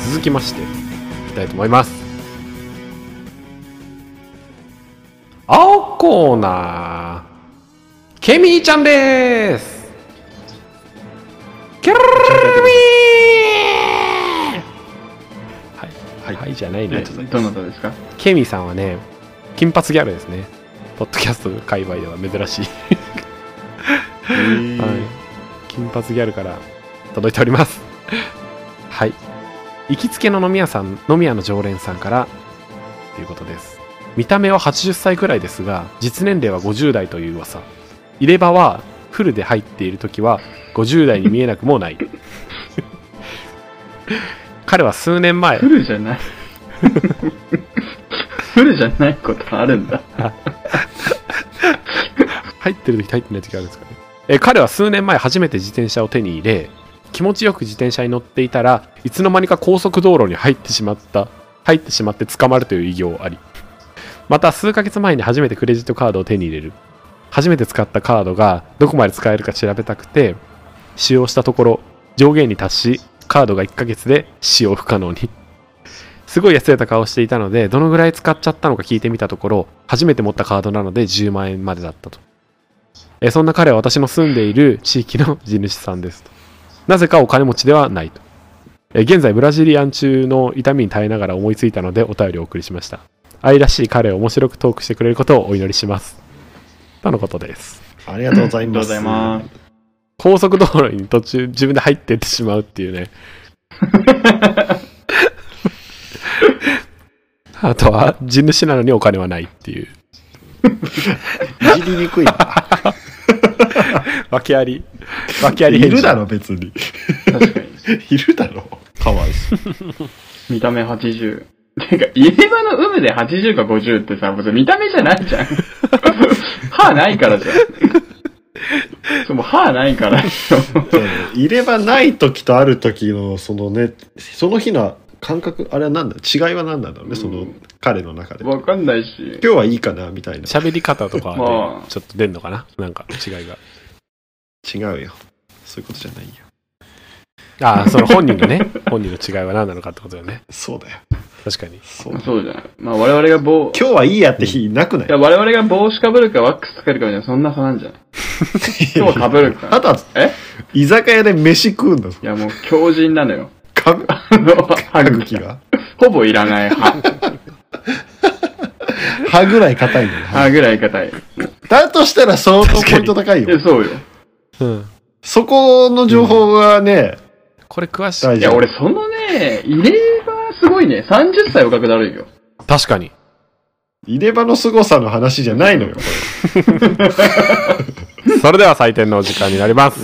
続きましていきたいと思います。青コーナーケミーちゃんです。キャラルルルはい、はいじゃないね。 どなたですか？ ケミーさんはね、金髪ギャルですね。ポッドキャスト界隈では珍しい、はい、金髪ギャルから届いております。はい、行きつけの飲み屋の常連さんからということです。見た目は80歳くらいですが、実年齢は50代という噂。入れ歯はフルで入っているときは50代に見えなくもない。彼は数年前、 フルじゃないフルじゃないことあるんだ。 入ってるとき入ってないときあるんですかね。彼は数年前初めて自転車を手に入れ、気持ちよく自転車に乗っていたらいつの間にか高速道路に入ってしまって捕まるという偉業あり。また数ヶ月前に初めてクレジットカードを手に入れる。初めて使ったカードがどこまで使えるか調べたくて使用したところ上限に達し、カードが1ヶ月で使用不可能に。すごい安れた顔をしていたので、どのぐらい使っちゃったのか聞いてみたところ、初めて持ったカードなので10万円までだったと。そんな彼は私の住んでいる地域の地主さんですと。なぜかお金持ちではないと。現在ブラジリアン中の痛みに耐えながら思いついたのでお便りをお送りしました。愛らしい彼を面白くトークしてくれることをお祈りします。とのことです。 ありがとうございます。 高速道路に途中自分で入っていってしまうっていうね。あとは地主なのにお金はないっていう。 いじりにくいな。 訳あり返事。 いるだろ別に。 確かに。 いるだろ。かわいそう。 見た目80。てか、入れ歯の有無で80か50ってさ、見た目じゃないじゃん。歯ないからじゃん。もう歯ないからでしょ。 入れ歯ない時とある時のそのね、その日の感覚、あれは何だ、違いは何なんだろうね、その彼の中で。 わかんないし。 今日はいいかなみたいな。 喋り方とかはね、 まあ、 ちょっと出んのかな、なんか違いが。 違うよ。そういうことじゃないよ。 ああ、その本人の違いは何なのかってことだよね。 そうだよ。 確かに。 そうじゃない。まあ我々が今日はいいやって日なくない？ いや、我々が帽子かぶるかワックスかけるかみたいな、そんな差なんじゃない今日はかぶるか。 あとは、居酒屋で飯食うんだぞ。 いや、もう強靭なのよ。 歯茎がほぼいらない歯。 歯ぐらい硬いんだよ。 歯ぐらい硬い。 だとしたら相当ポイント高いよ。 そうよ。 うん。 そこの情報がね、 これ詳しい。 いや、俺そのね、入れ歯すごいね。30歳若くなるよ。 確かに。 入れ歯の凄さの話じゃないのよ、これ。それでは採点のお時間になります。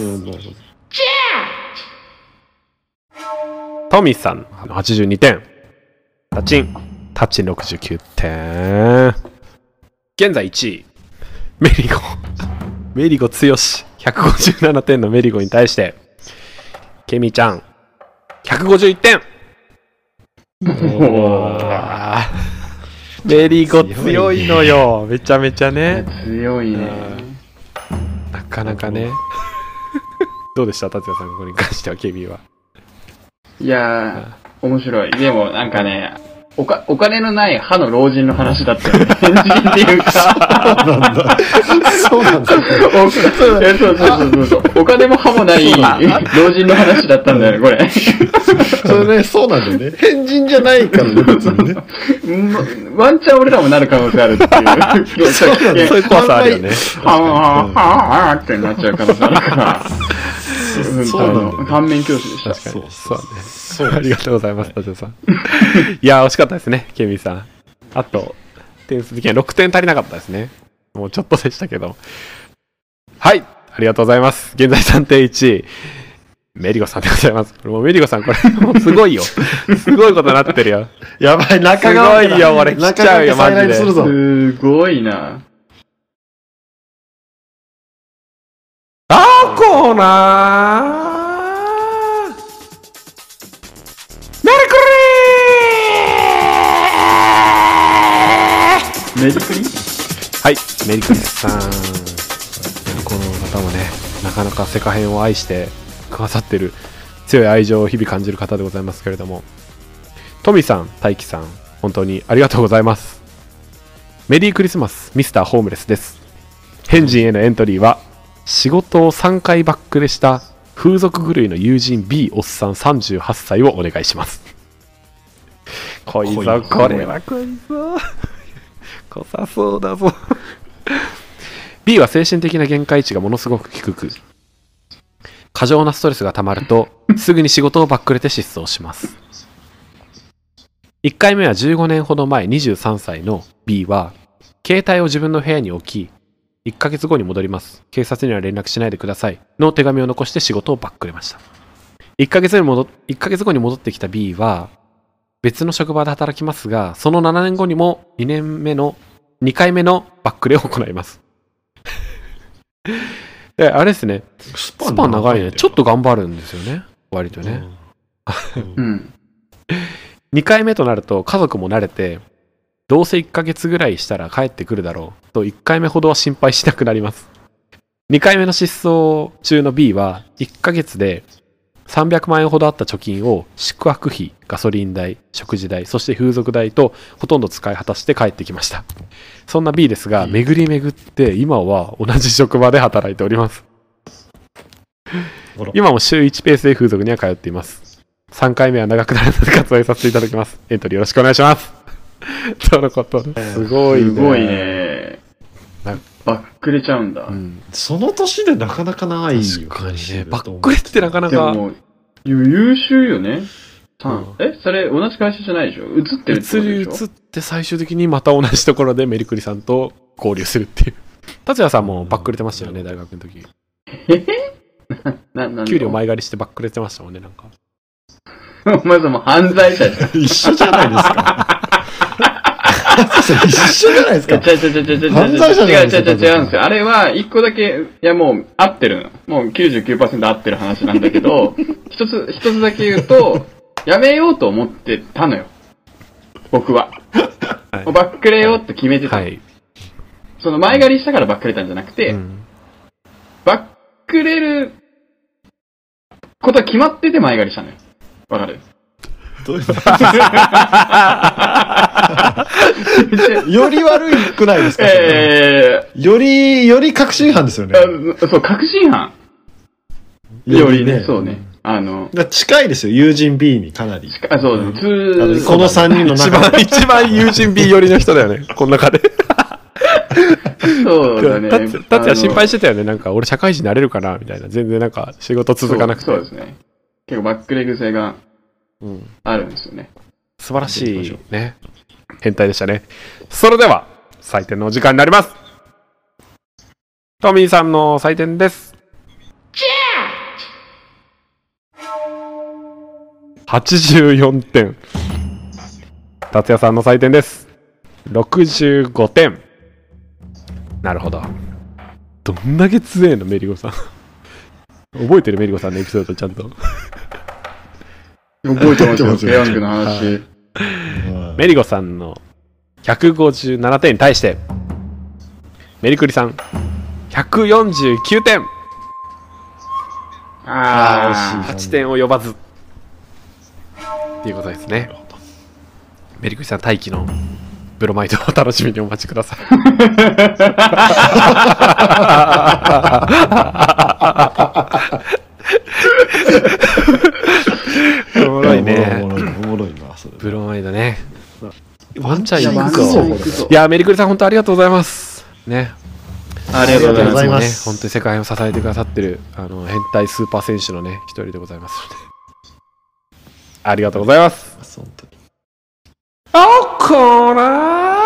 トミーさん82点。タッチン69点。現在1位。メリゴ強し157点のメリゴに対して、ケミちゃん151点。メリゴ強いのよ。めちゃめちゃね。 強いね。 なかなかね。どうでした達也さん、ここに関してはケミは。 いやー、面白い。でもなんかね、お金のない歯の老人の話だったよね。変人っていうか。 そうなんだ。そうなんだ。 そう。お金も歯もない老人の話だったんだよね、これ。 それね、そうなんだよね。変人じゃないからね、別にね。 ワンチャン俺らもなる可能性あるっていう。 そういう怖さあるよね。 はぁってなっちゃう可能性あるから。反面教師でした。 確かに。そうね。ありがとうございます、達也さん。いやー、惜しかったですね、ケミさん。あと、点数的には6点足りなかったですね。もうちょっとでしたけど。はい、ありがとうございます。現在暫定1位。メリゴさんでございます。もうメリゴさん、これ、もうすごいよ。すごいことになってるよ。 やばい、中川すごいよ、これ、来ちゃうよ、マジで。 すごいな。 コーナーメリクリメリクリはい、メリクリさん。この方もね、なかなかセカ編を愛してくださってる強い愛情を日々感じる方でございますけれども、 トミさん、大輝さん、本当にありがとうございます。メリークリスマス、ミスターホームレスです。変人へのエントリーは、仕事を3回バックレした風俗狂いの友人 B おっさん38歳をお願いします。こいぞ、これはこいぞ。こさそうだぞ。B は精神的な限界値がものすごく低く、過剰なストレスが溜まると、すぐに仕事をバックレて失踪します。1回目は15年ほど前23歳の B は、携帯を自分の部屋に置き、1ヶ月後に戻ります。警察には連絡しないでください。の手紙を残して仕事をバックレました。1ヶ月後に戻ってきた B は、別の職場で働きますが、その7年後にも2回目のバックレを行います。で、あれですね。スパン長いね。ちょっと頑張るんですよね。割とね。 うん。 2回目となると家族も慣れて、どうせ1ヶ月ぐらいしたら帰ってくるだろうと1回目ほどは心配しなくなります。2回目の失踪中の B は1ヶ月で300万円ほどあった貯金を宿泊費、ガソリン代、食事代、そして風俗代とほとんど使い果たして帰ってきました。そんな B ですが、巡り巡って今は同じ職場で働いております。今も週1ペースで風俗には通っています。3回目は長くなるので割愛させていただきます。エントリーよろしくお願いします。とのことです。すごいね。 すごいね。バックレちゃうんだ。 その年でなかなかないよ。 確かにね。バックレってなかなか。 でも優秀よね。それ同じ会社じゃないでしょ？移ってるってことでしょ？ 移って最終的にまた同じところでメリクリさんと交流するっていう。達也さんもバックレてましたよね、大学の時。給料前借りしてバックレてましたもんね、なんか。 お前さ、もう犯罪者じゃん。 一緒じゃないですか。一緒じゃないですか。犯罪者じゃないですか。 違うんですよ。あれは、一個だけ、いやもう、合ってるの。もう 99% 合ってる話なんだけど、一つだけ言うと、やめようと思ってたのよ。僕は。はい、バックレようって決めてたの。はい、その前借りしたからバックレたんじゃなくて、バックレることは決まってて前借りしたのよ。わかる？ どういうより悪くないですか？より確信犯ですよね。 そう、確信犯。よりね、そうね。 近いですよ、友人 B にかなり。 そうね。 この3人の中一番友人 B 寄りの人だよね、この中で。 そうだね。 だって心配してたよね、なんか俺社会人になれるかなみたいな。全然なんか仕事続かなくて。 そうですね。結構バックレ癖があるんですよね。 素晴らしいね。変態でしたね。それでは、採点のお時間になります。トミーさんの採点です。84点。達也さんの採点です。65点。なるほど。どんだけ強えの、メリゴさん。覚えてるメリゴさんのエピソードちゃんと。 覚えてますよ、ペヤングの話。 メリゴさんの157点に対して、メリクリさん、149点。8点を呼ばず。っていうことですね。メリクリさん、待機のブロマイドを楽しみにお待ちください。おもろいね。 おもろいな、それ。 ブロマイドね。ワンチャン行くぞ。いや、メリクリさん、本当ありがとうございます。ね。 ありがとうございます。 本当に世界を支えてくださってる、変態スーパー選手のね、一人でございますので。ありがとうございます。 本当に。 こら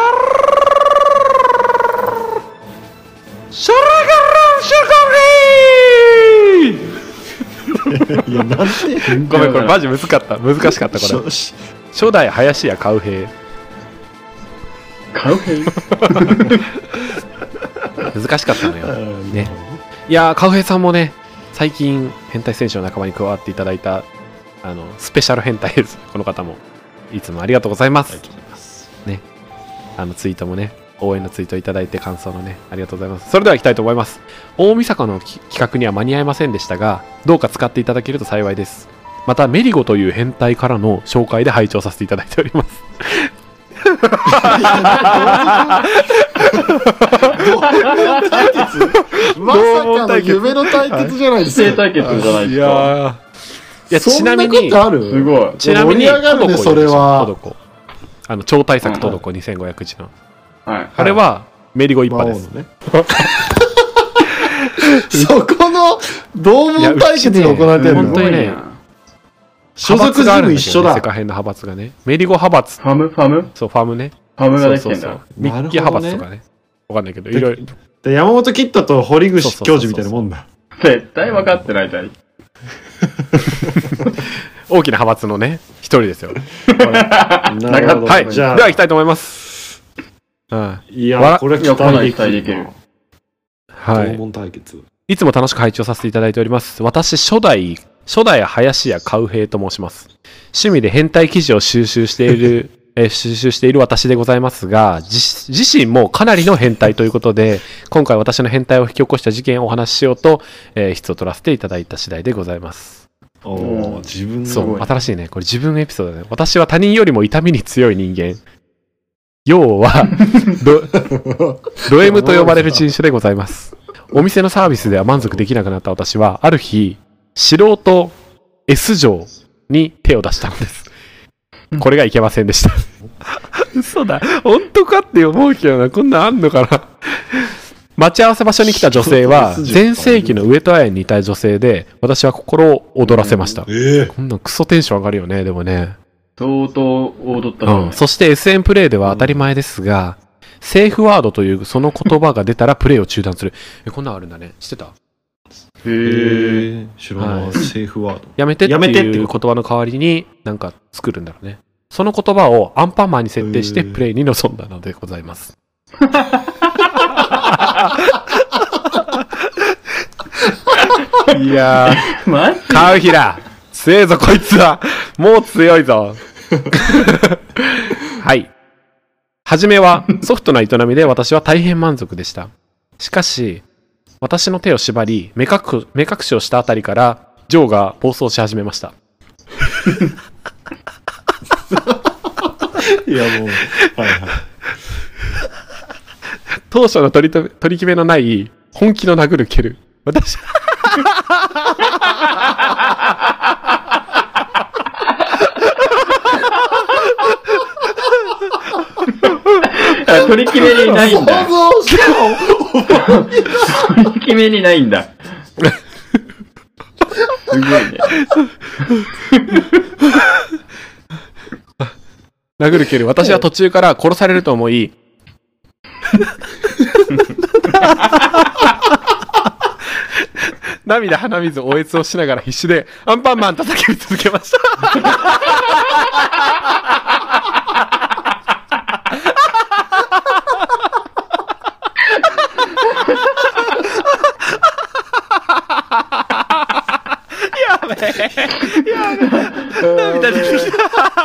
ショラガランシュコリーいや、なんてごめん、これマジ難しかった、これ。初代林家カウヘイ。 カウヘイ難しかったのよ。ね。いやー、カウヘイさんもね、最近、変態選手の仲間に加わっていただいた、スペシャル変態です。この方も。いつもありがとうございます。ね。ツイートもね、応援のツイートいただいて感想のね、ありがとうございます。それでは行きたいと思います。大晦日の企画には間に合いませんでしたが、どうか使っていただけると幸いです。 またメリゴという変態からの紹介で拝聴させていただいております。 まさかの夢の対決じゃないですか。 対決じゃないですか。 いや、ちなみに、 すごい。 ちなみに、 盛り上がるね、それは。 トドコ。超大作トドコ2500字の。 はい。 あれは、メリゴ一派です。 そこの同門対決が行われてるの。 本当にね、 所属がある一緒だ。 世界編の派閥がね。メリゴ派閥。 ファムそう、ファムね。 ファムができてんだ。 ミッキー派閥とかね。わかんないけど、いろいろ。 で、山本キッドと堀口教授みたいなもんだ。 絶対分かってないじゃん。 大きな派閥のね、一人ですよ。 なるほど。 はい。じゃあ、では行きたいと思います。 いや、これ期待できる。 はい。 同門対決。 いつも楽しく拝聴させていただいております。私、初代林家カウヘイと申します。趣味で変態記事を収集している私でございますが、自身もかなりの変態ということで、今回私の変態を引き起こした事件をお話ししようと、筆を取らせていただいた次第でございます。 自分のそう、新しいね。これ自分エピソードだね。私は他人よりも痛みに強い人間。要はロエムと呼ばれる人種でございます。お店のサービスでは満足できなくなった私は、ある日、素人 S 嬢に手を出したのです。これがいけませんでした。嘘だ。本当かって思うけどな。こんなんあんのかな。待ち合わせ場所に来た女性は、全盛期の上戸彩に似た女性で、私は心を躍らせました。こんなんクソテンション上がるよね、でもね。 相当踊ったね。 そして SN プレイでは当たり前ですが、セーフワードというその言葉が出たらプレイを中断する。こんなんあるんだね。知ってた？ 知らない。セーフワード。 やめてっていう言葉の代わりになんか作るんだろうね。その言葉をアンパンマンに設定してプレイに臨んだのでございます。いやー、カウヒラ強えぞこいつは。もう強いぞ。はい。はじめはソフトな営みで私は大変満足でした。しかし、私の手を縛り、目隠しをしたあたりから、ジョーが暴走し始めました。 いやもう、はいはい。 当初の取り決めのない本気の殴る蹴る。私取り決めにないんだ。取り決めにないんだ。すごいね。 殴る蹴る。私は途中から殺されると思い、涙鼻水おえつをしながら必死でアンパンマンと叫び続けました。やべえ。涙出てきた。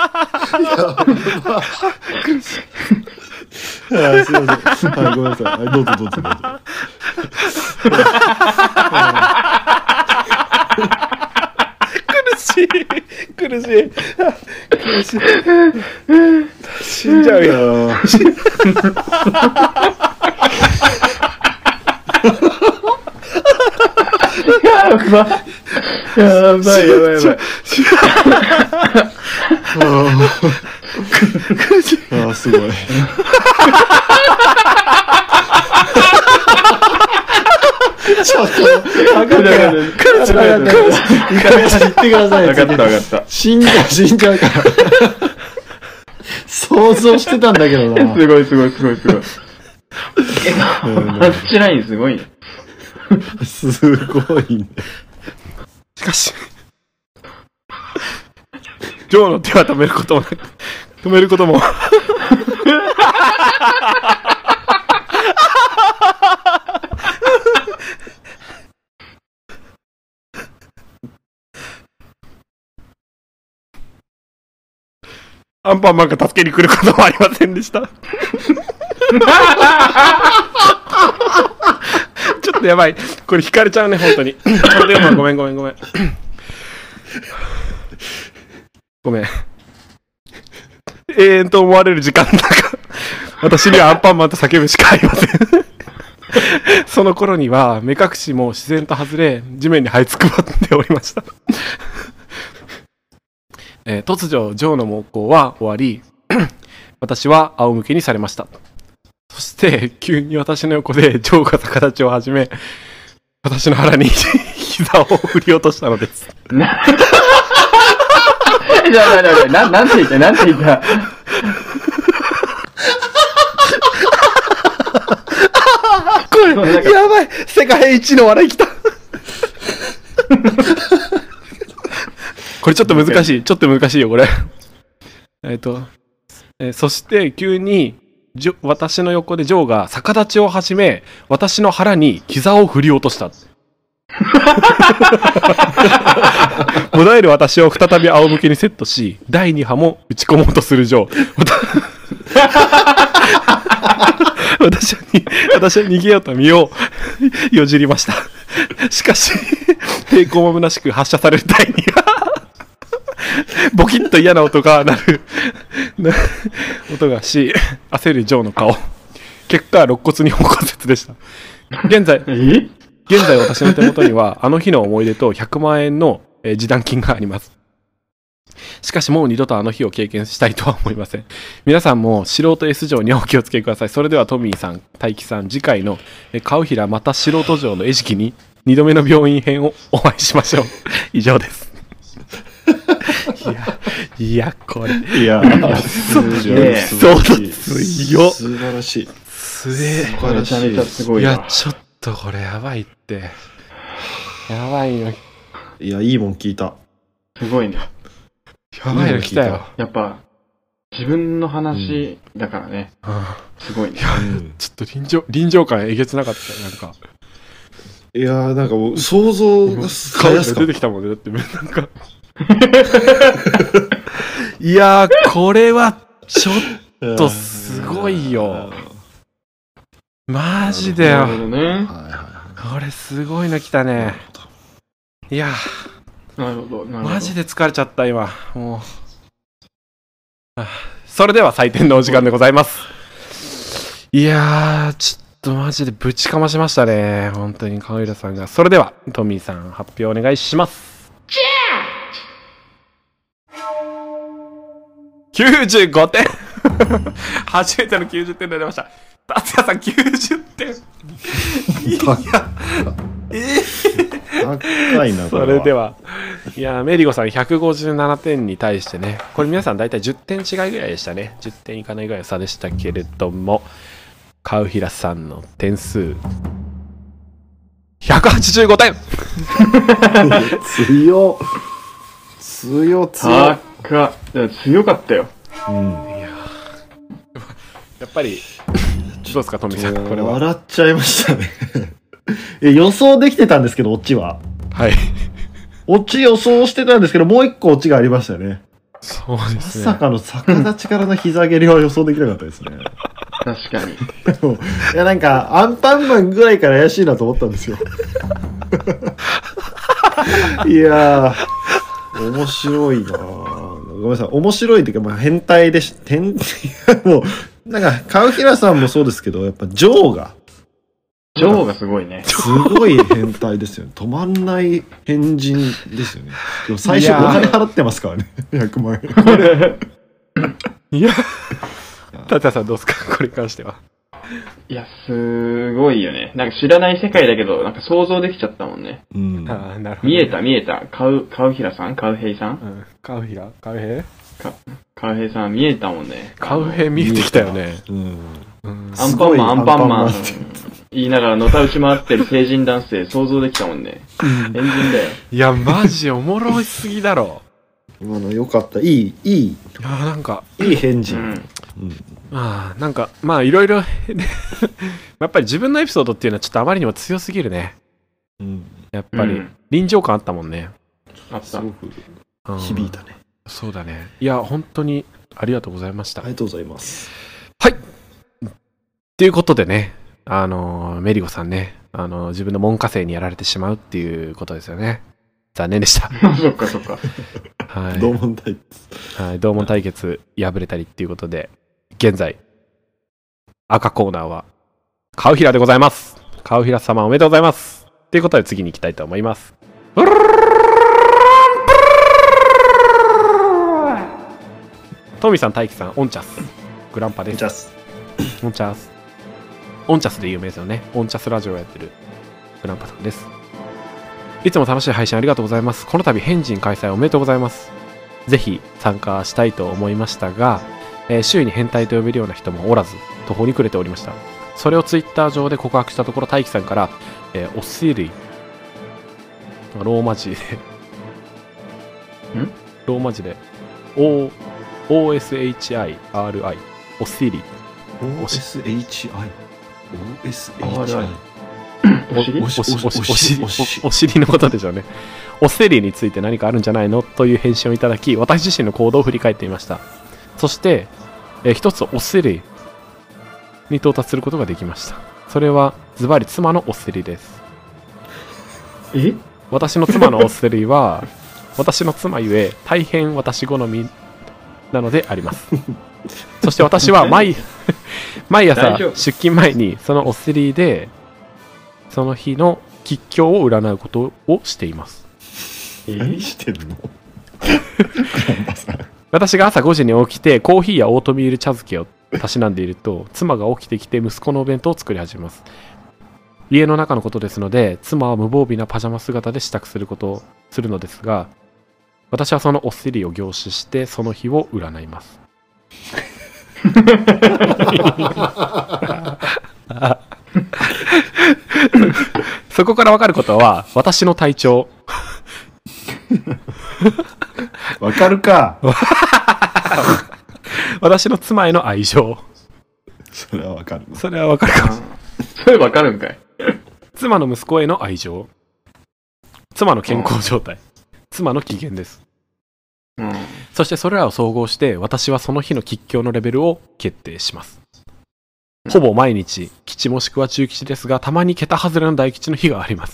すいません。はい、ごめんなさい。どうぞ。 苦しい。死んじゃうよ。 やばい。 すごい。ちょっと、分かった。言ってください。 分かった。 死んじゃうから。想像してたんだけどな。 すごい。ハッチラインすごいね。 すごいね。 しかし、ジョーの手は止めることもアンパンマンが助けに来ることもありませんでした。ちょっとやばい。これ引かれちゃうね、本当に。これでもごめん。 ごめん。永遠と思われる時間の中、私にはアンパンマンと叫ぶしかありません。その頃には目隠しも自然と外れ、地面に這いつくばっておりました。突如、ジョーの猛攻は終わり、私は仰向けにされました。そして、急に私の横でジョーが逆立ちを始め、私の腹に膝を振り落としたのです。 じゃあ、なんて言ったこれ、やばい、世界一の笑いきた。これちょっと難しいよ、これ。そして急に私の横でジョーが逆立ちを始め、私の腹に膝を振り落とした。もだえる私を再び仰向けにセットし、第2波も打ち込もうとするジョー。私は逃げようと身をよじりました。しかし、抵抗も虚しく発射される第2波。ボキッと嫌な音が鳴る音がし、焦るジョーの顔。結果、肋骨2本骨折でした。現在私の手元にはあの日の思い出と100万円の示談金があります。しかしもう二度とあの日を経験したいとは思いません。皆さんも素人 S 城にお気をつけください。それではトミーさん、大輝さん、次回の顔平また素人城の餌食に2度目の病院編をお会いしましょう。以上です。いやこれそう強っ、 素晴らしい、 めちゃめちゃすごいわ。 いやちょっとこれやばいって、やばいよ。 いや、いいもん聞いた。 すごいね。 やばいの来たよ。 やっぱ自分の話だからね、すごいね。 ちょっと臨場感えげつなかったよ。なんかいやー、なんかもう想像が顔が出てきたもんね。だってなんかいやー、これはちょっとすごいよ。マジだよ。 なるほどね。 これすごいの来たね。いやなるほど。 マジで疲れちゃった今。もう。それでは採点のお時間でございます。いやー、ちょっとマジでぶちかましましたね。本当に川浦さんが。それではトミーさん発表お願いします。95点初めての90点が出ました。達也さん90点いや高いな。 それでは、いやメリゴさん157点に対してね、これ皆さん大体10点違いぐらいでしたね。10点いかないぐらいの差でしたけれども、カウヒラさんの点数185点強強かったよ。 いややっぱりどうですかトミーさん、これは。 笑っちゃいましたね予想できてたんですけど、オチは。 はい。 オチ予想してたんですけど、もう一個オチがありましたよね。 そうですね。 まさかの逆立ちからの膝蹴りは予想できなかったですね。 確かに。 いや、なんか、アンパンマンぐらいから怪しいなと思ったんですよ。いやー、面白いなぁ。ごめんなさい、面白いっていうか、まあ、変態でし、もう、なんか、カウヒラさんもそうですけど、やっぱ、ジョーがすごいね。 すごい変態ですよね。止まんない変人ですよね。でも最初お金払ってますからね。100万円。 いや、タタさんどうですか、これに関しては。 いや、すごいよね。なんか知らない世界だけど、なんか想像できちゃったもんね。 うん。 あ、なるほど、 見えた。カウヒラさん、カウヘイさん、 カウヒラカウヘイカウヘイさん見えたもんね。 カウヘイ見えてきたよね。 アンパンマン言いながらのたうち回ってる成人男性想像できたもんね。変人だよ。 いや、マジおもろいすぎだろ。 今の良かった。いいなんかいい返事。 まあなんかまあいろいろやっぱり自分のエピソードっていうのはちょっとあまりにも強すぎるね。やっぱり臨場感あったもんね。 あった。 すごく響いたね。 そうだね。いや本当にありがとうございました。 ありがとうございます。 はい。っていうことでね、メリゴさんね、自分の門下生にやられてしまうっていうことですよね。 残念でした。 そっかそっか。 はい。 同門対はい、同門対決敗れたりっていうことで、現在、赤コーナーは、カウヒラでございます。カウヒラ様おめでとうございます。ということで次に行きたいと思います。トミさん、大輝さん、オンチャス。グランパです。 ジャス。 オンチャス。オンチャスで有名ですよね。オンチャスラジオをやってるグランパさんです。いつも楽しい配信ありがとうございます。この度、変人開催おめでとうございます。ぜひ参加したいと思いましたが、周囲に変態と呼べるような人もおらず、途方に暮れておりました。それをツイッター上で告白したところ、大輝さんから、オッシリ、ローマ字で、ローマ字で、OSHIRI、オッシリ。 OSHI。 お尻のことでしょうね。オッセリーについて何かあるんじゃないのという返信をいただき、私自身の行動を振り返っていました。そして、一つオッセリーに到達することができました。それはズバリ妻のオッセリーです。私の妻のオッセリーは私の妻ゆえ大変私好みなのであります。そして私は毎朝出勤前にそのオッセリーでその日の吉凶を占うことをしています。 何してるの？ 私が朝5時に起きてコーヒーやオートミール茶漬けをたしなんでいると、妻が起きてきて息子のお弁当を作り始めます。家の中のことですので、妻は無防備なパジャマ姿で支度することをするのですが、私はそのオッセリーを凝視してその日を占います。そこから分かることは、私の体調。 わかるか。 私の妻への愛情。 それはわかる。 それは分かるかも。 それわかるんかい。 妻の息子への愛情。妻の健康状態。妻の機嫌です。そしてそれらを総合して、私はその日の吉凶のレベルを決定します。ほぼ毎日、吉もしくは中吉ですが、たまに桁外れの大吉の日があります。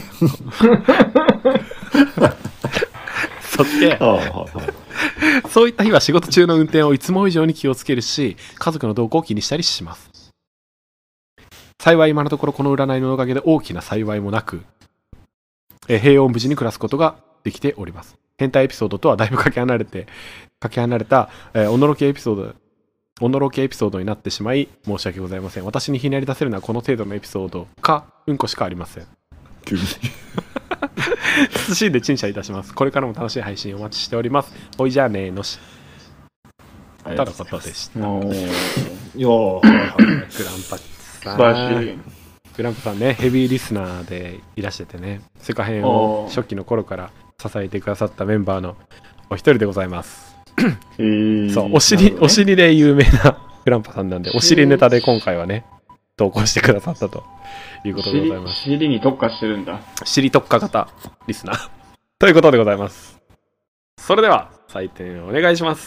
そして、そういった日は仕事中の運転をいつも以上に気をつけるし、家族の動向を気にしたりします。幸い今のところこの占いのおかげで大きな幸いもなく、平穏無事に暮らすことができております。変態エピソードとはだいぶかけ離れた、おのろけエピソードになってしまい申し訳ございません。私にひねり出せるのはこの程度のエピソードかうんこしかありません。 急に謹んで陳謝いたします。これからも楽しい配信お待ちしております。おいじゃあねーのし。とのことでした。 いやー、 グランパさん。 素晴らしい。 グランパさんね、ヘビーリスナーでいらしててね、セカ編を初期の頃から支えてくださったメンバーのお一人でございます。そう、お尻で有名なグランパさんなんで、お尻ネタで今回はね、投稿してくださったということでございます。 尻に特化してるんだ。 尻特化型リスナーということでございます。それでは採点お願いします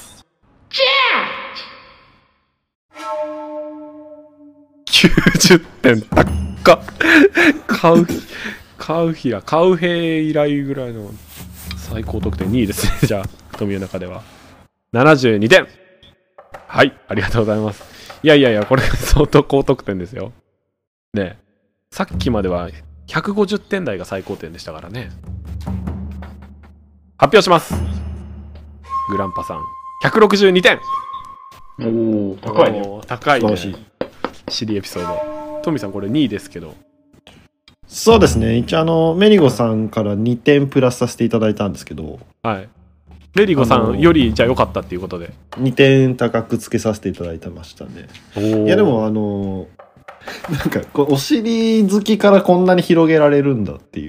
。90点高っ。カウヘイ以来ぐらいの最高得点2位ですね。じゃあ富の中では72点。はい、ありがとうございます。いや、これ相当高得点ですよ。ね、さっきまでは150点台が最高点でしたからね。発表します。グランパさん、162点。 おー、高いね。 高いね。 素晴らしい。 シリエピソード。トミさん、これ2位ですけど。 そうですね。一応メリゴさんから2点プラスさせていただいたんですけど、 はい。メリゴさんよりじゃあ良かったっていうことで。 2点高くつけさせていただいてましたね。いやでもなんかこうお尻好きからこんなに広げられるんだっていう。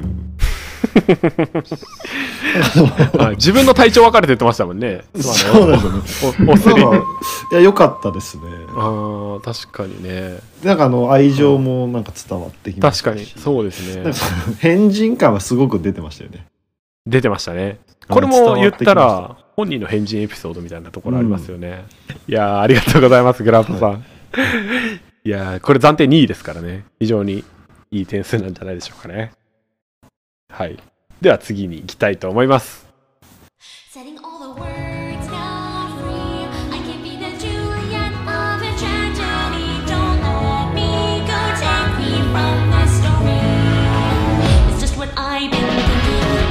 はい、自分の体調分かれて言ってましたもんね。 そうですよね。 お尻。 いや良かったですね。 ああ、確かにね。 なんか愛情もなんか伝わってきましたし。 確かにそうですね。 変人感はすごく出てましたよね。 出てましたね。これも言ったら本人の変人エピソードみたいなところありますよね。いやー、ありがとうございます、グランパさん。いやー、これ暫定2位ですからね。非常にいい点数なんじゃないでしょうかね。はい。 では次に行きたいと思います。 Setting all the words down free. I can be the Juliet of a tragedy. Don't let me go, take me from this story. It's just what I've been thinking.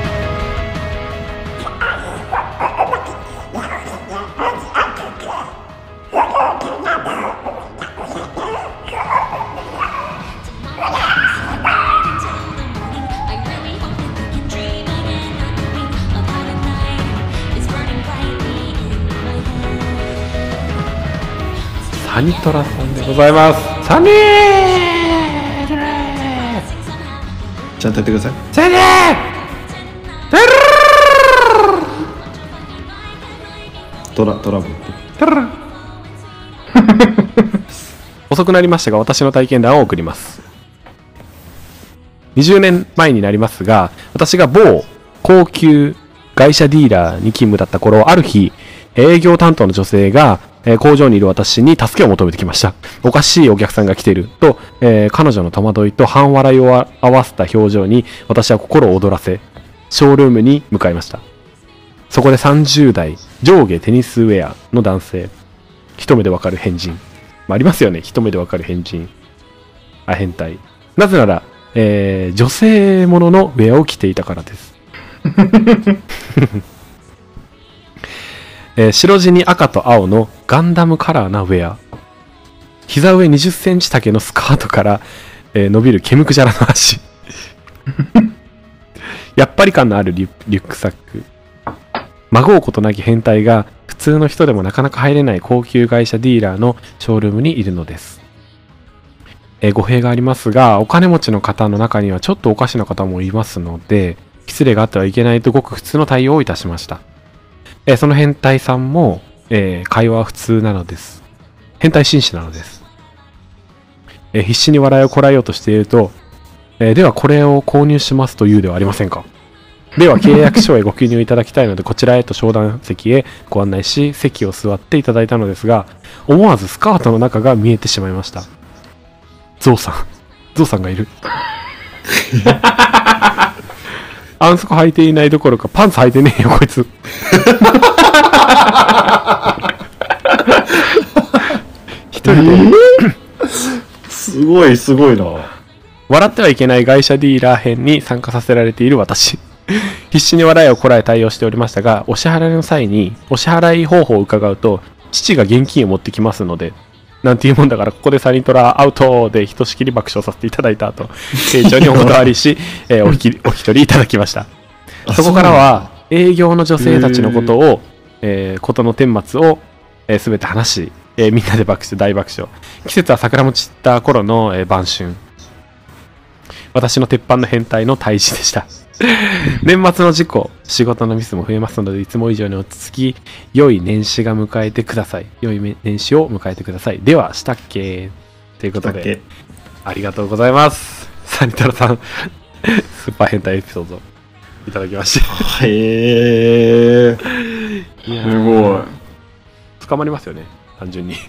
サニトラさんでございます。サニーちゃんとやってください。 サニートラブル。 遅くなりましたが、私の体験談を送ります。20年前になりますが、私が某高級外車ディーラーに勤務だった頃、ある日、営業担当の女性が、工場にいる私に助けを求めてきました。おかしいお客さんが来ていると、彼女の戸惑いと半笑いを合わせた表情に私は心を躍らせ、ショールームに向かいました。そこで30代上下テニスウェアの男性、一目でわかる変人、ありますよね、一目でわかる変人、変態。なぜなら、女性もののウェアを着ていたからです。白地に赤と青のガンダムカラーなウェア、膝上20センチ丈のスカートから、伸びる毛むくじゃらの足やっぱり感のあるリュックサック、まごうことなき変態が普通の人でもなかなか入れない高級外車ディーラーのショールームにいるのです。語弊がありますが、お金持ちの方の中にはちょっとおかしな方もいますので、失礼があってはいけないとごく普通の対応をいたしました。その変態さんも、会話は普通なのです。変態紳士なのです。必死に笑いをこらえようとしていると、ではこれを購入しますというではありませんか。では契約書へご記入いただきたいのでこちらへと商談席へご案内し、席を座っていただいたのですが、思わずスカートの中が見えてしまいました。ゾウさんがいる。安息履いていないどころかパンツ履いてねえよこいつ。一人ですごいな。 笑ってはいけない外車ディーラー編に参加させられている私。必死に笑いをこらえ対応しておりましたが、お支払いの際にお支払い方法を伺うと、父が現金を持ってきますのでなんていうもんだから、ここでサニトラアウトでひとしきり爆笑させていただいた後、丁重にお断りし、お引き取りいただきました。そこからは営業の女性たちのことを、ことの顛末を、全て話し、みんなで大爆笑。季節は桜も散った頃の、晩春。私の鉄板の変態の退治でした。年末の事故、仕事のミスも増えますので、いつも以上に落ち着き、良い年始が迎えてください。良い年始を迎えてください。では、したっけということで、ありがとうございます。サニタラさん、スーパー変態エピソードいただきました。 へー。 すごい。 捕まりますよね、単純に。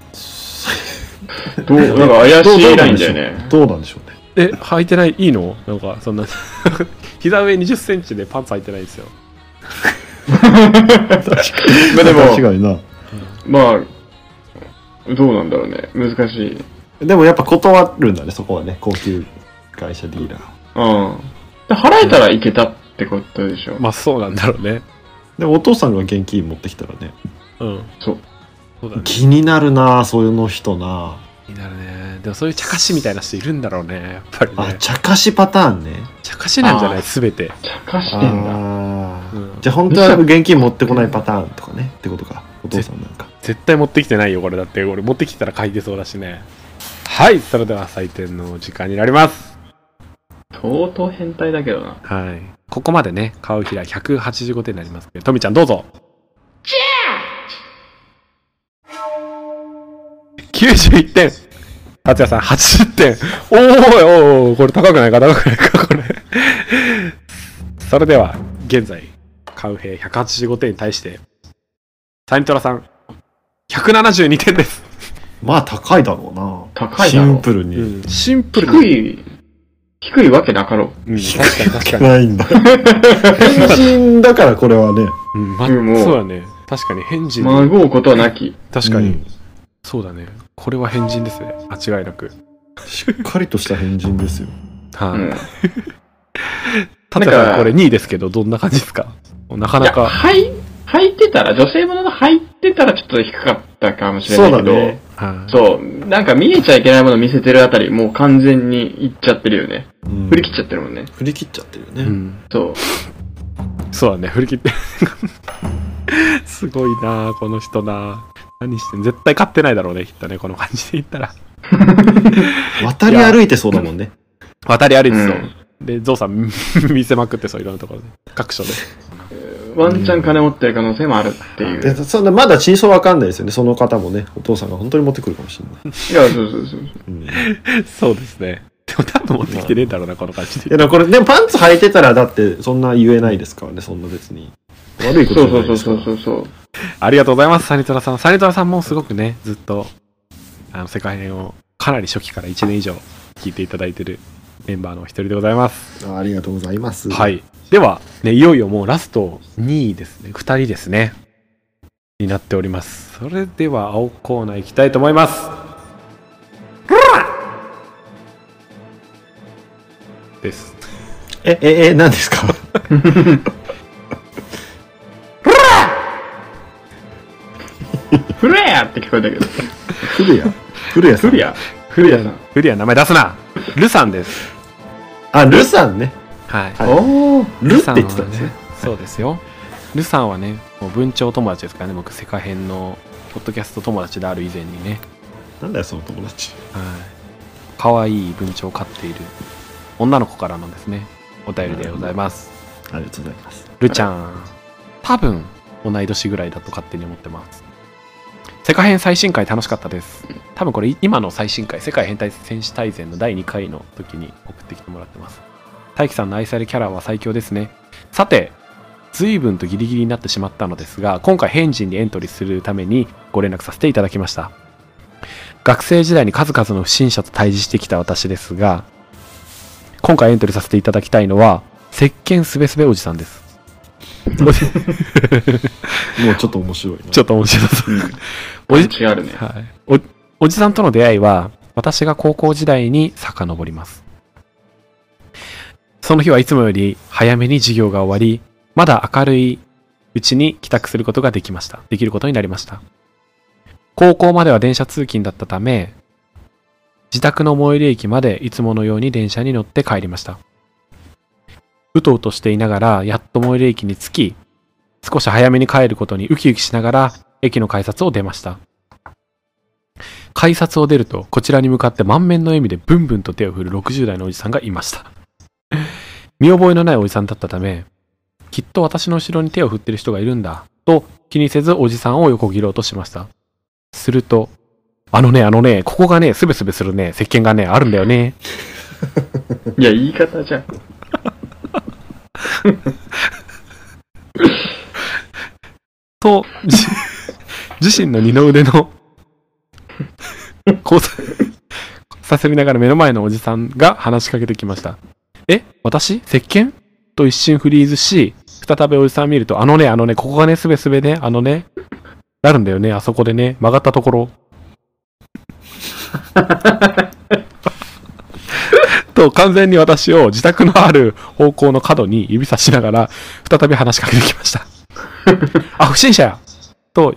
なんか怪しいラインだよね。 どうなんでしょうね。 履いてないいいの？なんかそんな膝上20センチでパンツ履いてないんですよ。 でも確かにな。 まあどうなんだろうね。難しい。でもやっぱ断るんだね、そこはね、高級会社ディーラー。 うん。払えたらいけたってことでしょ。 まあそうなんだろうね。 でもお父さんが現金持ってきたらね。 うん。 そうだね。 気になるな、そういうの人な。 気になるね。でもそういう茶化しみたいな人いるんだろうね、やっぱりね。 あ、茶化しパターンね。 茶化しなんじゃないすべて。 茶化してんだ。 じゃあ本当は現金持ってこないパターンとかね、ってことか。お父さんなんか。 絶対持ってきてないよ、これ。だって、俺持ってきたら書いてそうだしね。はい、それでは採点の時間になります。 相当変態だけどな。 はい。ここまでね、買うひら185点になりますけど、とみちゃんどうぞ。91点。達也さん80点。おーい、これ高くないか、これ。それでは、現在、買う兵185点に対して、サニトラさん、172点です。 まあ高いだろうな。 高いだろう。 シンプルに。 シンプル低に。 い。 低いわけなかろうん、確かに確かに。 ないんだ。変人だからこれはね。 うん、 もうそうだね。確かに変う。 人。 まごうことなき。 確かに、 うんそうだね。これは変人ですね。間違いなく。 しっかりとした変人ですよ。 はい、 うん。 ただこれ2位ですけど、どんな感じですか？なかいや、 なか。 履いてたら、女性ものの履いてたらちょっと低かったかもしれないけど、 そうだねはいそう、なんか見えちゃいけないもの見せてるあたり、もう完全にいっちゃってるよね。 うん振り切っちゃってるもんね。 振り切っちゃってるよね。 うん、 そう。 そうだね。振り切って。すごいなこの人な何してん絶対買ってないだろうね、きっとね。この感じで言ったら。 渡り歩いてそうだもんね。 渡り歩いてそう。で、ゾウさん見せまくってそう、いろんなところで。各所で。 ワンチャン金持ってる可能性もあるっていう。 でそんなまだ真相わかんないですよね。その方もね、お父さんが本当に持ってくるかもしれない。 いや、そうそうそう。 うん、いそうですね。でも多分持ってきてねえんだろうな、この感じで。 やでもこれ、でもパンツ履いてたらだってそんな言えないですからね、そんな別に。悪いことそうじゃそうそうないですから。 そうそう。 ありがとうございます、サニトラさん。サニトラさんもすごくね、ずっと、世界編をかなり初期から1年以上聞いていただいてるメンバーの一人でございます。 ありがとうございます。 はい。では、ね、いよいよもうラスト2位ですね。2人ですね。になっております。それでは、青コーナー行きたいと思います。です。 何ですか？ フレアって聞こえたけど。 古谷さん。 フリアフリアさん。フリア名前出すな。ルさんです。 あ、ルさんね。 はい。 はいおー。 ルって言ってたんですね。 そうですよ。ルさんはね、もう文鳥友達ですからね、僕、世界編のポッドキャスト友達である以前にね、 なんだよ、その友達。 はい。可愛い文鳥を飼っている女の子からのですね、お便りでございます。 ありがとうございます。 ルちゃん、多分、同い年ぐらいだと勝手に思ってます。世界編最新回楽しかったです。多分これ今の最新回、世界変態戦士大全の第2回の時に送ってきてもらってます。大輝さんの愛されキャラは最強ですね。さて、随分とギリギリになってしまったのですが、今回変人にエントリーするためにご連絡させていただきました。学生時代に数々の不審者と対峙してきた私ですが、今回エントリーさせていただきたいのは、石鹸すべすべおじさんです。 もうちょっと面白いな。 ちょっと面白そう。 うん。 おじ違あるね。 はい、おじさんとの出会いは私が高校時代に遡ります。その日はいつもより早めに授業が終わり、まだ明るいうちに帰宅することができることになりました。高校までは電車通勤だったため、自宅の最寄り駅までいつものように電車に乗って帰りました。うとうとしていながらやっと最寄り駅に着き、少し早めに帰ることにウキウキしながら駅の改札を出ました。改札を出ると、こちらに向かって満面の笑みでブンブンと手を振る60代のおじさんがいました。見覚えのないおじさんだったため、きっと私の後ろに手を振ってる人がいるんだ、と気にせずおじさんを横切ろうとしました。すると、あのね、ここがね、スベスベするね、石鹸がね、あるんだよね。 いや、言い方じゃん。 と、自身の二の腕の交差させながら目の前のおじさんが話しかけてきました。私石鹸と一瞬フリーズし、再びおじさんを見ると、あのね、ここがね、すべすべね、なるんだよね、あそこでね、曲がったところ。と、完全に私を自宅のある方向の角に指さしながら、再び話しかけてきました。あ、不審者やと、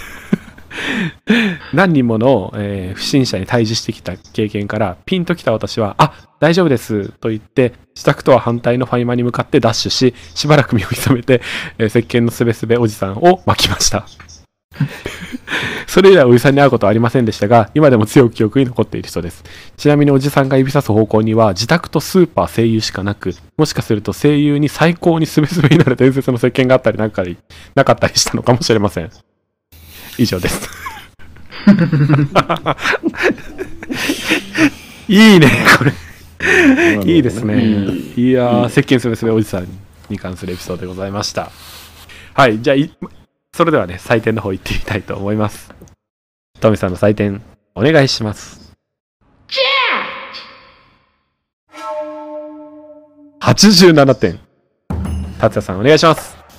何人もの、不審者に対峙してきた経験からピンときた私は、あ、大丈夫ですと言って自宅とは反対のファイマに向かってダッシュし、しばらく身を潜めて、石鹸のすべすべおじさんを巻きました。それ以来おじさんに会うことはありませんでしたが、今でも強く記憶に残っている人です。ちなみにおじさんが指さす方向には自宅とスーパー声優しかなく、もしかすると声優に最高にすべすべになる伝説の石鹸があったりなかったりしたのかもしれません。以上です。いいね、これ。いいですね。いやー、石鹸すべすべおじさんに関するエピソードでございました。はい、じゃあ、それではね、採点の方行ってみたいと思います。トミさんの採点、お願いします。 87点。達也さんお願いします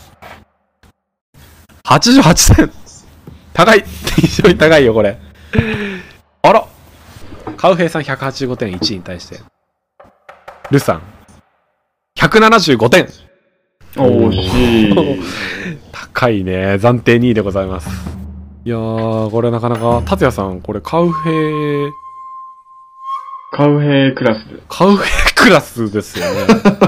。88点。高い。非常に高いよ、これ。あら。カウヘイさん185点、1位に対して。ルさん、175点。 惜しい。 高いね。暫定2位でございます。いやー、これなかなか、達也さん、これカウヘイクラスで。 カウヘイクラスですよね。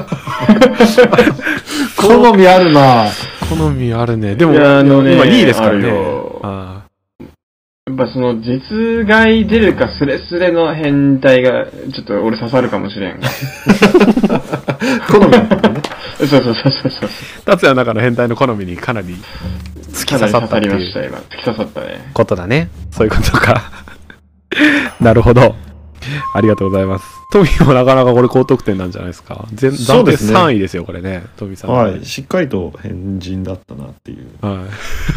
好みあるな。 好みあるね。でも、 いや今2位ですからあるね。 よあやっぱその実害出るかスレスレの変態がちょっと俺刺さるかもしれん。 好みあるね。 そう。 達也の中の変態の好みにかなり突き刺さったってりました、 いう今。突き刺さったね。 ことだね。そういうことか。なるほど。ありがとうございます。トミーもなかなかこれ高得点なんじゃないですか。暫定3位ですよ、これね。トミーさん。 はい。しっかりと変人だったなっていう。 はい。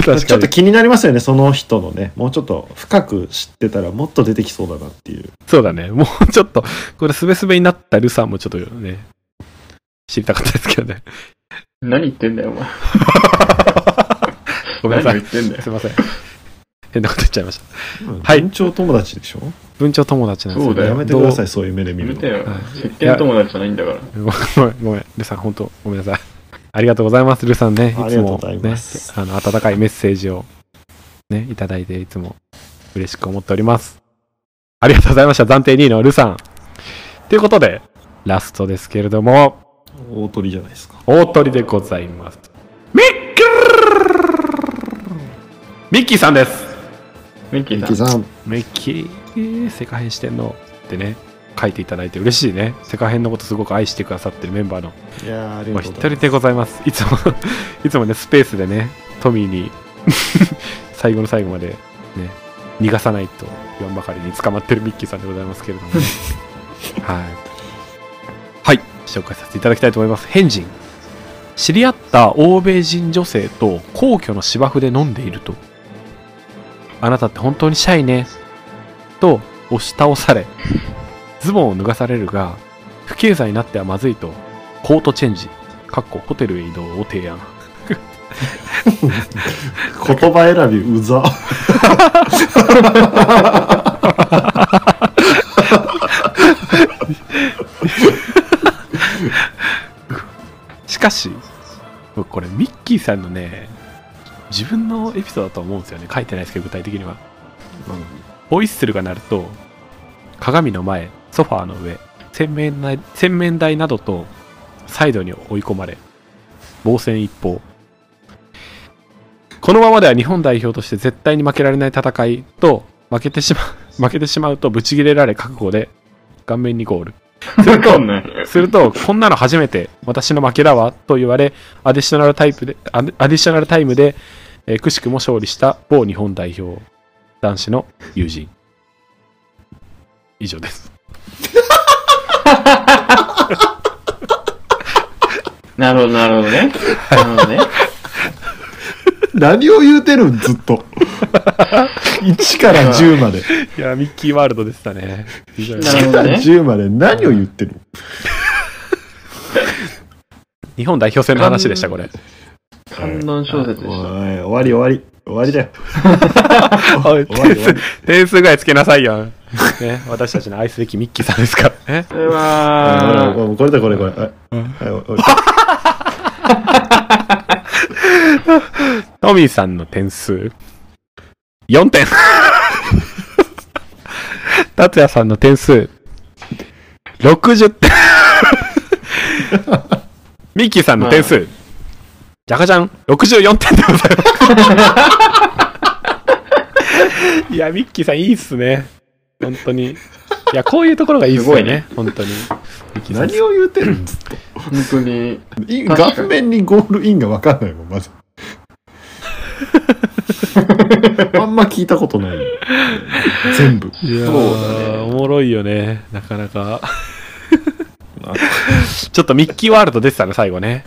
確ちょっとかに。 気になりますよね、その人のね。もうちょっと深く知ってたらもっと出てきそうだなっていう。 そうだね。もうちょっと、これスベスベになったルさんもちょっとね、知りたかったですけどね。 何言ってんだよ、お前。 ごめんなさい。 何言ってんだよすいません。変なこと言っちゃいました。 文鳥友達でしょ。 文鳥友達なんですよ。 そうだよやめてください、そういう目で見るの。 見てよはい。 石鹸友達じゃないんだから。 ごめん。ルさん、本当ごめんなさい。ありがとうございます、ルさんね。いありつもがとうございねま、す。 温かいメッセージをね、いただいて、いつも嬉しく思っております。ありがとうございました。暫定2位のルさん。ということで、ラストですけれども、 大鳥じゃないですか。 大鳥でございます。ミッキーさんです。 ミッキミッキーーさん。 さん。 ミッキー、世界編四天王ってね、書いていただいて嬉しいね。世界編のことすごく愛してくださってるメンバーのいやー、ありお一がとうござい人でございます。いつもね、スペースでね、トミーに最後の最後までね、逃がさないと言わんばかりに捕まってるミッキーさんでございますけれどもね。はい、紹介させていただきたいと思います。変人。知り合った欧米人女性と皇居の芝生で飲んでいると、あなたって本当にシャイねと押し倒され、ズボンを脱がされるが、不経済になってはまずいとコートチェンジホテルへ移動を提案。 ます。言葉選びうざ。 しかし僕これミッキーさんのね、自分のエピソードだと思うんですよね。書いてないですけど具体的には、ホイッスルが鳴ると鏡の前、ソファーの上、洗面台などとサイドに追い込まれ、防戦一方。このままでは日本代表として絶対に負けられない戦いと、負けてしまうとブチギレられ覚悟で顔面にゴール。 わかんない。 すると、こんなの初めて、私の負けだわと言われ、アディショナルタイムで、くしくも勝利した某日本代表男子の友人。以上です。 なるほどね。なるほどね。 何を言うてるん、ずっと。1から10まで。 いや、ミッキーワールドでしたね。 なるほどね。 10まで何を言ってる。 日本代表戦の話でした、これ。 観音小説でした。 終わりだよ。 おい終わり点数ぐらいつけなさいよ。ね、私たちの愛すべきミッキーさんですからね。 これは、 これだこれ。はいトミーさんの点数4点。達也さんの点数60点。ミッキーさんの点数、じゃかじゃん64点でございます。いや、ミッキーさんいいっすね、本当に。いや、こういうところがいいっすよね、本当に。ミッキーさん何を言うてるん、ずっと。 本当に。 顔面にゴールインが分かんないもん、まず。あんま聞いたことない。全部。 いやそうだー、おもろいよね、なかなか。ちょっとミッキーワールド出てたね、最後ね。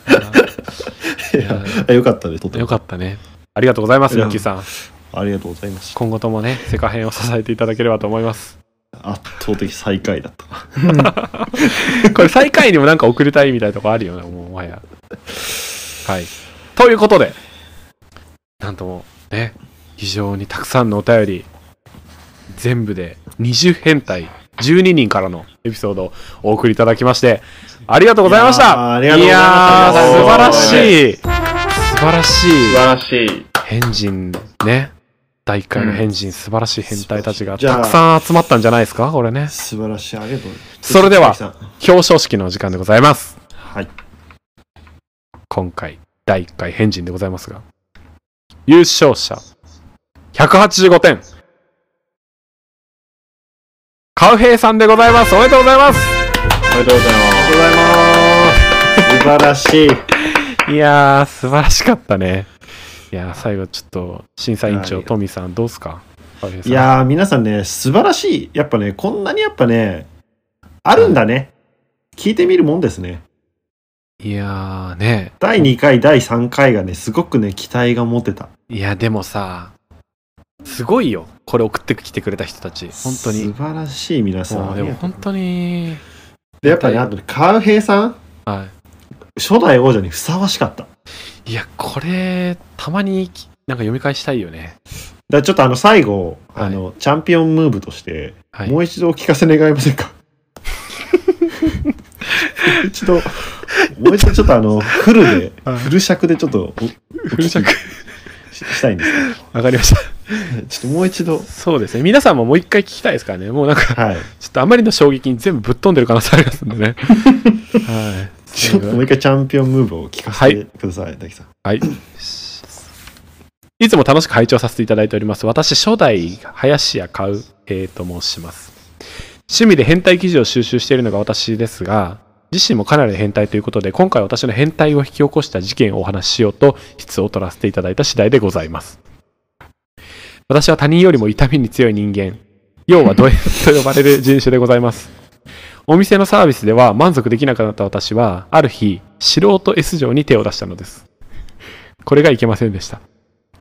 よかったです。とてもよかったね。ありがとうございます、ミッキーさん。 ありがとうございます。 今後ともね、世界編を支えていただければと思います。 圧倒的最下位だった。 これ最下位にもなんか送りたいみたいなとこあるよね、もはや。はい。ということで、なんともね、非常にたくさんのお便り、全部で20変態、12人からのエピソードをお送りいただきまして、ありがとうございました。 ありがとうございました。 素晴らしい。素晴らしい。 素晴らしい。 変人ね。第1回の変人、素晴らしい変態たちがじゃあたくさん集まったんじゃないですか、これね。 素晴らしい。ありがとう。 それではさん表彰式の時間でございます。 はい。 今回第1回変人でございますが、優勝者185点カウヘイさんでございます。おめでとうございます。 おめでとうございます。 ありがとうございます。素晴らしい。 いやー素晴らしかったね。いやー最後ちょっと審査委員長はいトミーさんどうすか。カウヘイさん。 いやー、皆さんね、素晴らしい。やっぱね、こんなにやっぱね、あるんだね。聞いてみるもんですね。 いやーね。 第2回、第3回がね、すごくね、期待が持てた。 いやでもさすごいよ、これ送ってきてくれた人たち本当に。 素晴らしい皆さん。 もうでも本当にで、やっぱね、あとね、カウヘイさん、 は初代王者にふさわしかった。だかい。いやこれたまになんか読み返したいよね。 らちょっと最後、 はいチャンピオンムーブとして、 はいもう一度お聞かせ願えませんか。もう一度ちょっとフルで、 はいフル尺でちょっとフル尺したいんですわかりました。 けど、ちょっともう一度、 そうですね。皆さんももう一回聞きたいですからね。もうなんかはい。 ちょっとあまりの衝撃に全部ぶっ飛んでる可能性ありますんでね。はい。 ちょっともう一回チャンピオンムーブを聞かせてください、大樹さん。 はい。いつも楽しく拝聴させていただいております。私、初代林家カウヘイと申します。趣味で変態記事を収集しているのが私ですが、自身もかなりの変態ということで、今回私の変態を引き起こした事件をお話ししようと、筆を取らせていただいた次第でございます。私は他人よりも痛みに強い人間、要はド M と呼ばれる人種でございます。お店のサービスでは満足できなくなった私は、ある日、素人 S 嬢に手を出したのです。これがいけませんでした。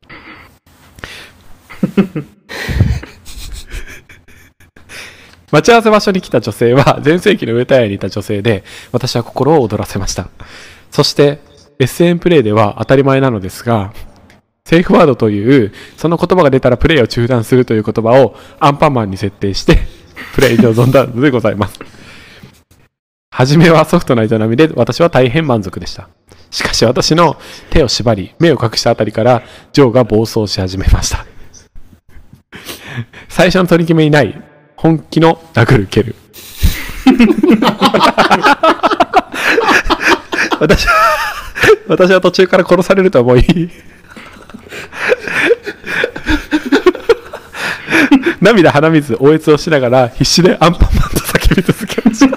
待ち合わせ場所に来た女性は全盛期の上田屋にいた女性で、私は心を躍らせました。そして SN プレイでは当たり前なのですが、セーフワードというその言葉が出たらプレイを中断するという言葉をアンパンマンに設定してプレイに臨んだのでございます。初めはソフトな営みで私は大変満足でした。しかし私の手を縛り目を隠したあたりからジョーが暴走し始めました。最初の取り決めにない本気の殴る蹴る。私は途中から殺されると思い涙鼻水嗚咽をしながら必死でアンパンマンと叫び続けました。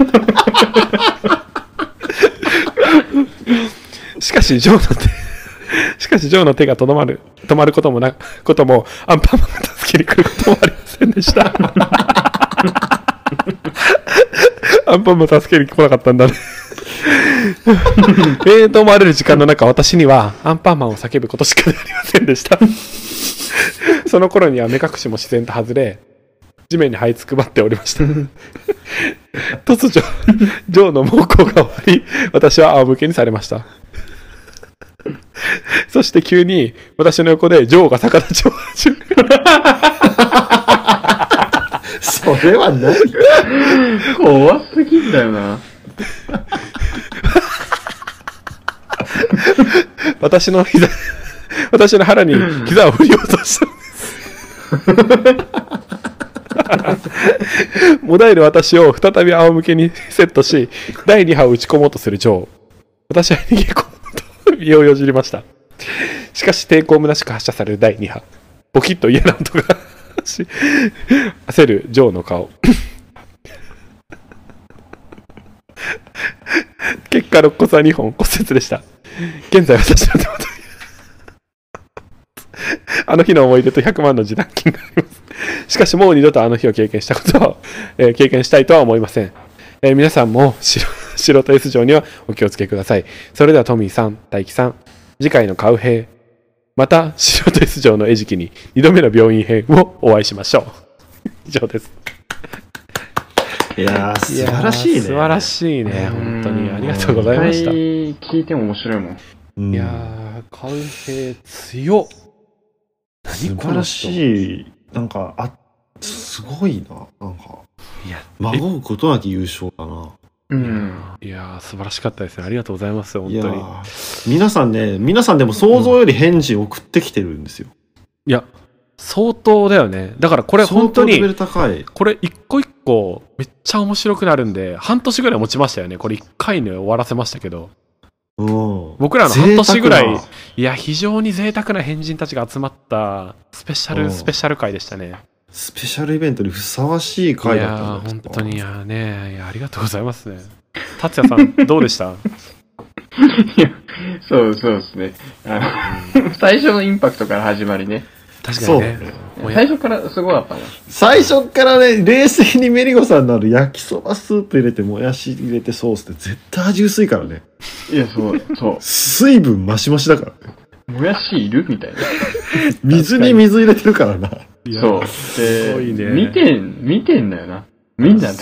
しかしジョーの手が止まることもアンパンマンが助けに来ることもありませんでした。アンパンマン助けに来なかったんだね。と思われる時間の中、私にはアンパンマンを叫ぶことしかありませんでした。その頃には目隠しも自然と外れ、地面に這いつくばっておりました。突如ジョーの猛攻が終わり、私は仰向けにされました。そして急に私の横でジョーが逆立ちを始める。 それは何？ 怖すぎんだよな。 私の腹に膝を振り落としたのです。もだえる私を再び仰向けにセットし、第2波を打ち込もうとするジョー。私は逃げ込むと身をよじりました。しかし抵抗虚しく発射される第2波。ボキッと嫌な音がし、焦るジョーの顔。結果肋骨は2本骨折でした。現在私の手元にあの日の思い出と100万の示談金があります。しかしもう二度とあの日を経験したいとは思いません。皆さんも素人 S 上にはお気をつけください。それではトミーさん、大輝さん、次回のカウヘイ、また素人 S 上の餌食に2度目の病院編をお会いしましょう。以上です。 いやー、素晴らしいね。 素晴らしいね。本当にありがとうございました。 いっぱい聞いても面白いもん。 うんいやー、カウヘイ強っ。 素晴らしい。なんか、すごいな。なんか、 いや、 孫うことなき優勝だな。 うん。 いやー、素晴らしかったですね。ありがとうございます。本いや当に。 ー皆さんでも想像より返事送ってきてるんですよ。 いや、相当だよね。だからこれ本当に相当レベル、高い。 これ一個一個めっちゃ面白くなるんで、半年ぐらい持ちましたよね。これ一回で終わらせましたけど。 うん。 僕らの半年ぐらい贅沢な、 いや、非常に贅沢な変人たちが集まったスペシャル回でしたね。 スペシャルイベントにふさわしい回だったいやー、 んだ本当に、いやーね、いや、ありがとうございますね。達也さん、どうでしたいや、そうですね。最初のインパクトから始まりね。 確かにね。もうや最初からすごかったね。 最初からね、冷静にメリゴさんの焼きそばスープ入れて、もやし入れてソースって絶対味薄いからね。 いや、そう。 水分マシマシだからね。 もやしいるみたいな。 水に水入れてるからな。 いやそう。 すごいね。 見てんだよな。みんなで。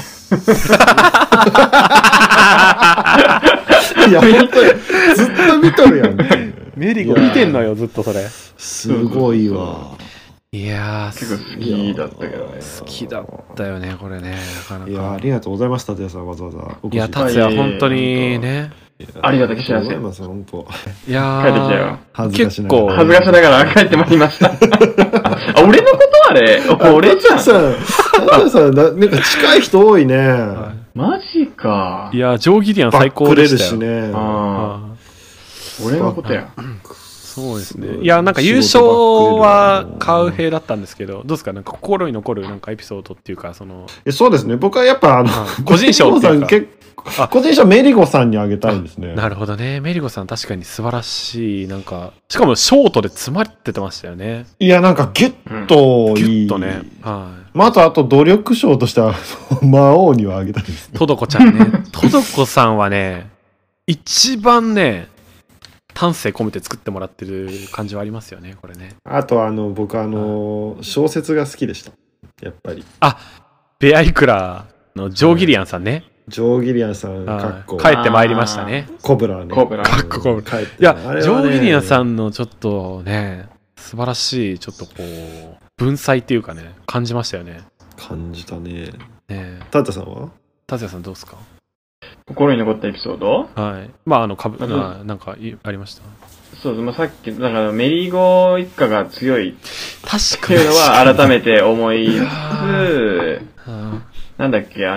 いや、本当に、ずっと見とるやん。 メリゴ見てんのよ、ずっとそれ。 すごいわ。 いやー、 結構好きだったけどね。 好きだったよね、これね。なかないや、 かあ。りがとうございます、達也さん、わざわざお越しいや、 いただい達也、本当にね。 ありがたき幸せありがとうございます、本当。 いや帰ってきたよ。 恥ずかしなが結構ら。 恥ずかしながら帰ってまいりました。あ、俺のことあれ俺じゃん。 達也さん、なんか近い人多いね。 はマジか。 いや、ジョー・ギリアン最バックれ高でしたよ。 るしね。 あああ、俺のことや。 そうですね。いや、なんか優勝はカウヘイだったんですけど、どうですか、なんか心に残るなんかエピソードっていうか、その、 そうですね。僕はやっぱ個人賞っていうかメリゴさん個人賞メリゴさんにあげたいですね。 なるほどね。メリゴさん確かに素晴らしい、なんか、しかもショートで詰まっててましたよね。 いや、なんかギュッとギュいい。 ッとね。はまあ、あと努力賞としては魔王にはあげたいですい。 ね。 トドコちゃんね。トドコさんはね、一番ね、丹精込めて作ってもらってる感じはありますよね、これね。 あと僕小説が好きでした。やっぱり。 ベアイクラのジョー・ギリアンさんね。 ジョー・ギリアンさん、 はいかっこ帰ってまいりましたね。 コブラね。 コブラかっこコブ帰っていや、 あれはねジョー・ギリアンさんのちょっとね、素晴らしい、ちょっとこう、文才っていうかね、感じましたよね。 感じたね。 ねタッタさんは達也さんどうですか？ 心に残ったエピソードはい。まあ、なんかありました。 そう、まあ、さっき、だからメリーゴ一家が強いっ確かていうのは改めて思いついやつ、 うんなんだっけ、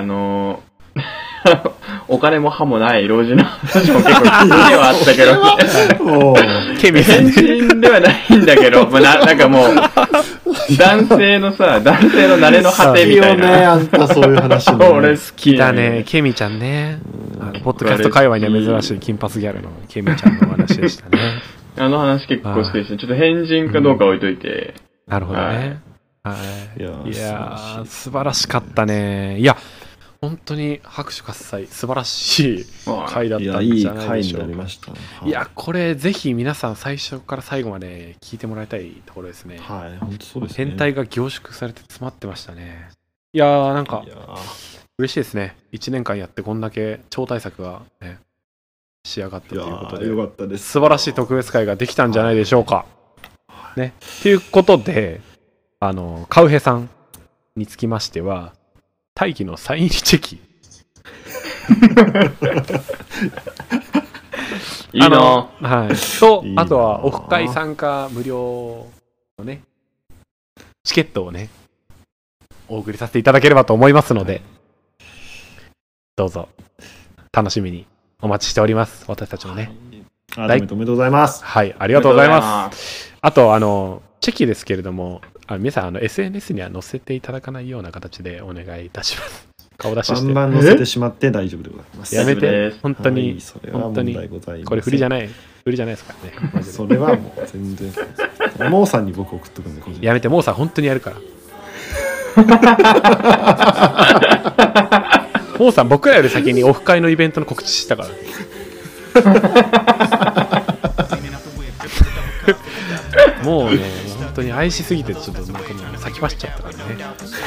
お金も歯もない老人の話も結構好きではあったけど、 おーケミさん変ね。 人ではないんだけど、まあ、なんかもう、男性の慣れの果てみたいいいよね、 な。 あんたそういう話ね。 俺好きだね、ケミちゃんね。ポッドキャスト界隈には珍しい金髪ギャルのケミちゃんのお話でしたね。 あの話結構好きですね。ちょっと変人かどうか置いといて。 なるほどね。はい。 いやいやー、素晴らしかったね。いや、本当に拍手喝采、素晴らしい回だっいや、 たんいいじゃない回にでしょうか。 なりました。 いや、これぜひ皆さん最初から最後まで聞いてもらいたいところですね。 はい、本当そうですね。 変態が凝縮されて詰まってましたね。いやー、なんかいや嬉しいですね。1年間やってこんだけ超大作が、ね、仕上がったということで、 よかったです。 素晴らしい特別会ができたんじゃないでしょうか。ね。ということで、カウヘさんにつきましては、大義のサイン入りチェキ。 いいなはい。といい、なあとはオフ会参加無料のね、チケットをね、お送りさせていただければと思いますので、どうぞ、楽しみにお待ちしております。私たちもね。 改めておめでとうございます。 はい、ありがとうございます。あと、チェキですけれども、皆さん、SNS には載せていただかないような形でお願いいたします。顔出しして。 バンバン載せてしまって大丈夫でございます。 やめて大丈夫で、す本当に、 はいそれは問本当に題ございません。 これ振りじゃないですからね。マジでそれはもう全然。モーさんに僕送っとくんで、個人的にやめて、モーさん本当にやるから。モーさん、僕らより先にオフ会のイベントの告知したから。もうね、本当に愛しすぎてちょっとなんかもう先走っちゃったからね。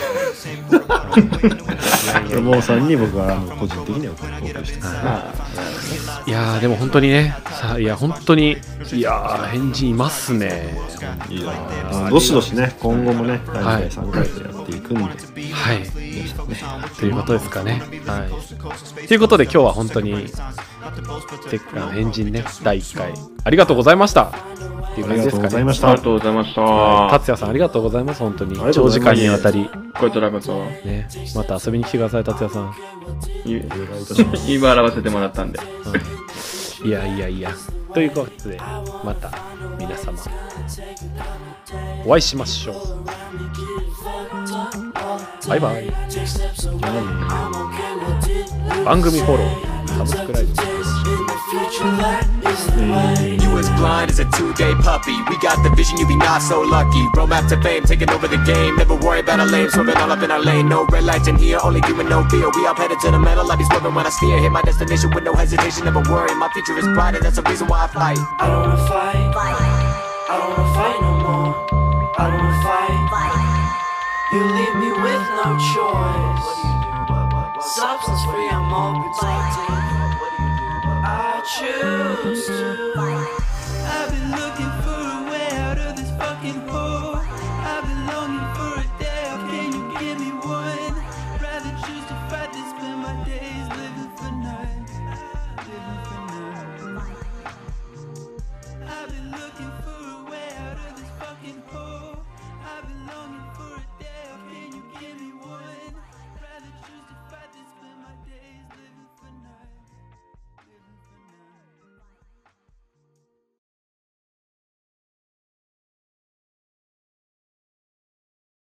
モーさんに僕は個人的にはお送りしてます。 いやーでも本当にね、いや本当にいやー変人いますね。 いやーどしどしね今後もね第2回3回とやっていくんで、 はい。 皆さんねということですかね。はい。ということで今日は本当に変人ね第1回ありがとうございましたっていうありがとう感じですかね。 ございましたありが。とうございました。 達也さんありがとうございます。本当にありがとうございます長時間にわたりこちらこそ、 ね、また遊びに来てください達也さん。 言い笑わせてもらったんで。 いやいやいや。ということでまた皆様お会いしましょう。バイバイ。番組フォロー、サブスクライブ。 You as blind as a 2-day puppy. We got the vision, you be not so lucky. Roadmap to fame, taking over the game. Never worry about our lane, swerving all up in our lane. No red lights in here, only doing no fear. We up headed to the metal, I be swerving when I steer. Hit my destination with no hesitation, never worry. My future is bright, and that's the reason why I fight. I don't wanna fight. I don't wanna fight no more. I don't wanna fight. You leave me with no choice. Substance free, I'm all protected. I choose to. I've been looking